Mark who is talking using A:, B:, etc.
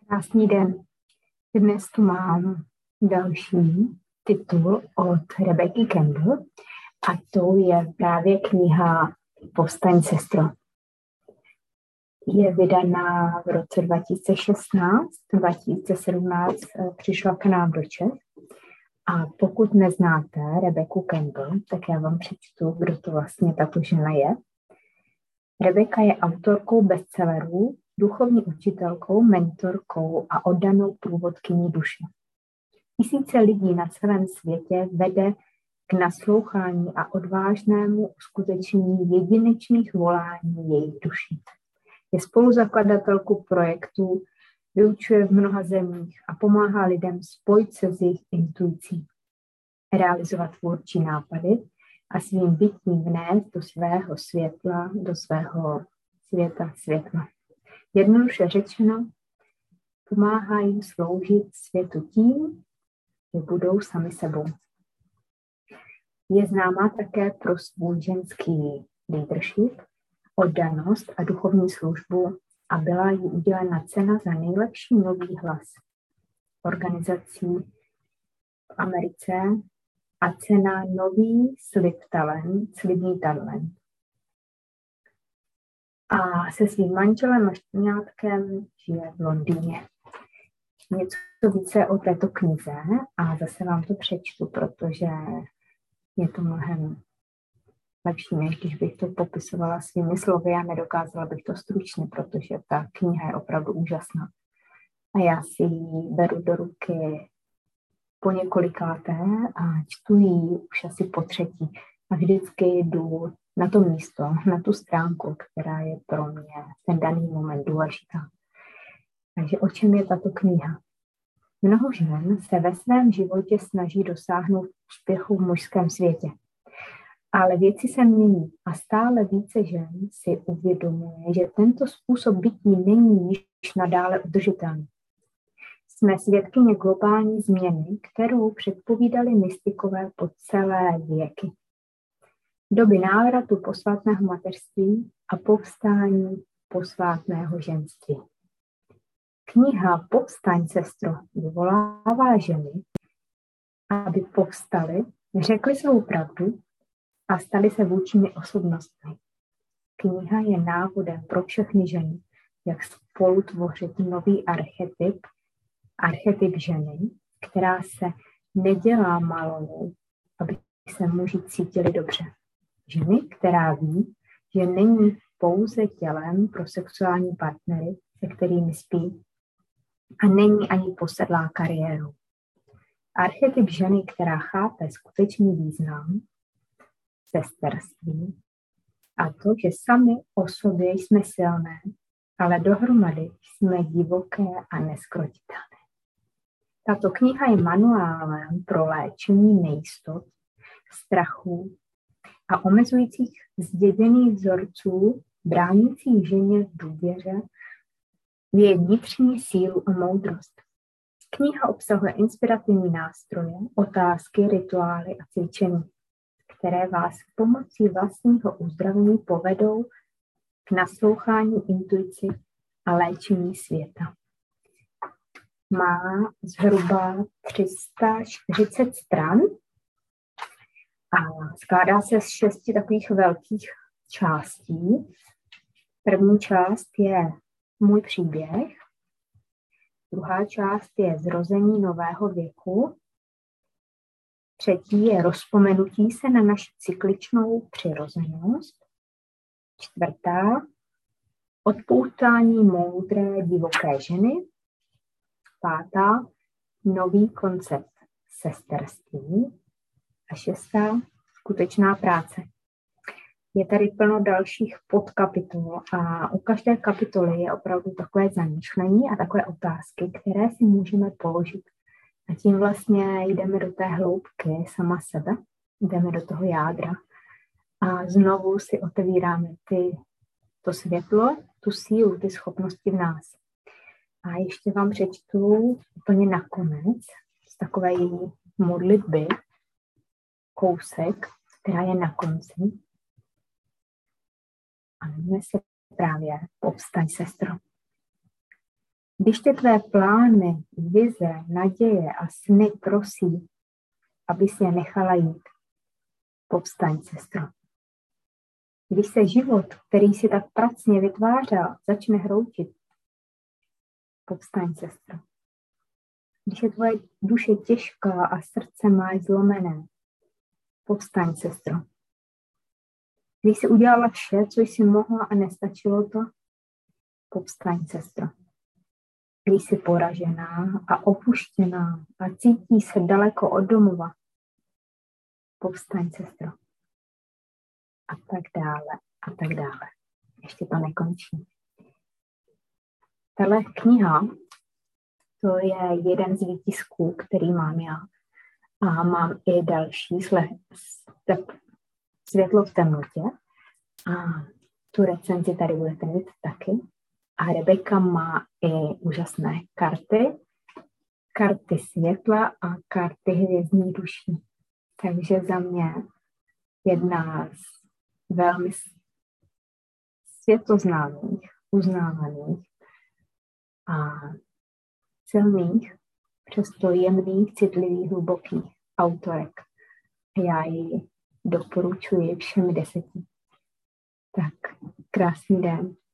A: Krásný den. Dnes tu mám další titul od Rebecky Campbell a to je právě kniha Povstaň, sestro. Je vydaná v roce 2016, 2017 přišla k nám do Čech. A pokud neznáte Rebeccu Campbell, tak já vám přečtu, kdo to vlastně tato žena je. Rebecca je autorkou bestsellerů, duchovní učitelkou, mentorkou a oddanou průvodkyní duše. Tisíce lidí na celém světě vede k naslouchání a odvážnému uskutečnění jedinečných volání jejich duší. Je spoluzakladatelkou projektů, vyučuje v mnoha zemích a pomáhá lidem spojit se s jejich intuicí, realizovat tvůrčí nápady a svým bytím vnést do svého světla, do svého světa světla. Jednoduše řečeno, pomáhá jim sloužit světu tím, že budou sami sebou. Je známá také pro svůj ženský leadership, oddanost a duchovní službu a byla jí udělena cena za nejlepší nový hlas organizací v Americe a cena nový slibný talent. A se svým manželem a štěňátkem žije v Londýně. Něco více o této knize a zase vám to přečtu, protože je to mnohem lepší, než když bych to popisovala svými slovy a nedokázala bych to stručně, protože ta kniha je opravdu úžasná. A já si ji beru do ruky po několikáté a čtu ji už asi po třetí. A vždycky jdu na to místo, na tu stránku, která je pro mě v ten daný moment důležitá. Takže o čem je tato kniha? Mnoho žen se ve svém životě snaží dosáhnout úspěchu v mužském světě. Ale věci se mění a stále více žen si uvědomuje, že tento způsob bytí není již nadále udržitelný. Jsme svědkyně globální změny, kterou předpovídali mystikové po celé věky. Doby návratu posvátného mateřství a povstání posvátného ženství. Kniha Povstaň, sestro vyvolává ženy, aby povstaly, řekly svou pravdu a staly se vůdčími osobnostmi. Kniha je návodem pro všechny ženy, jak spolu tvořit nový archetyp ženy, která se nedělá malou, aby se muži cítili dobře. Ženy, která ví, že není pouze tělem pro sexuální partnery, se kterými spí, a není ani posedlá kariérou. Archetyp ženy, která chápe skutečný význam sesterství a to, že sami o sobě jsme silné, ale dohromady jsme divoké a neskrotitelné. Tato kniha je manuálem pro léčení nejistot, strachů a omezujících zděděných vzorců, bránících ženě v důvěře, v její vnitřní sílu a moudrost. Kniha obsahuje inspirativní nástroje, otázky, rituály a cvičení, které vás pomocí vlastního uzdravení povedou k naslouchání intuici a léčení světa. Má zhruba 340 stran a skládá se z 6 takových velkých částí. První část je můj příběh, druhá část je zrození nového věku, třetí je rozpomenutí se na naši cykličnou přirozenost, čtvrtá odpoutání moudré divoké ženy, pátá nový koncept sesterství a šestá skutečná práce. Je tady plno dalších podkapitol a u každé kapitoly je opravdu takové zamýšlení a takové otázky, které si můžeme položit. A tím vlastně jdeme do té hloubky sama sebe, jdeme do toho jádra a znovu si otevíráme to světlo, tu sílu, ty schopnosti v nás. A ještě vám přečtu úplně nakonec z takové její modlitby kousek, která je na konci. A jmenuje se právě Povstaň, sestro. Když ty tvé plány, vize, naděje a sny prosí, abys je nechala jít, povstaň, sestro. Když se život, který si tak pracně vytvářel, začne hroutit, povstaň, sestro. Když je tvoje duše těžká a srdce máš zlomené, povstaň, sestro. Když jsi udělala vše, co jsi mohla a nestačilo to, povstaň, sestro. Když jsi poražená a opuštěná a cítí se daleko od domova, povstaň, sestro. A tak dále, a tak dále. Ještě to nekončí. Tahle kniha, to je jeden z výtisků, který mám já. A mám i další Světlo v temnotě. A tu recenzi tady budete mít taky. A Rebeka má i úžasné karty. Karty světla a karty hvězdní duší. Takže za mě jedna z velmi světoznámých, uznávaných a silných, přesto jemných, citlivých, hlubokých autorek. Já ji doporučuji všem 10. Tak, krásný den.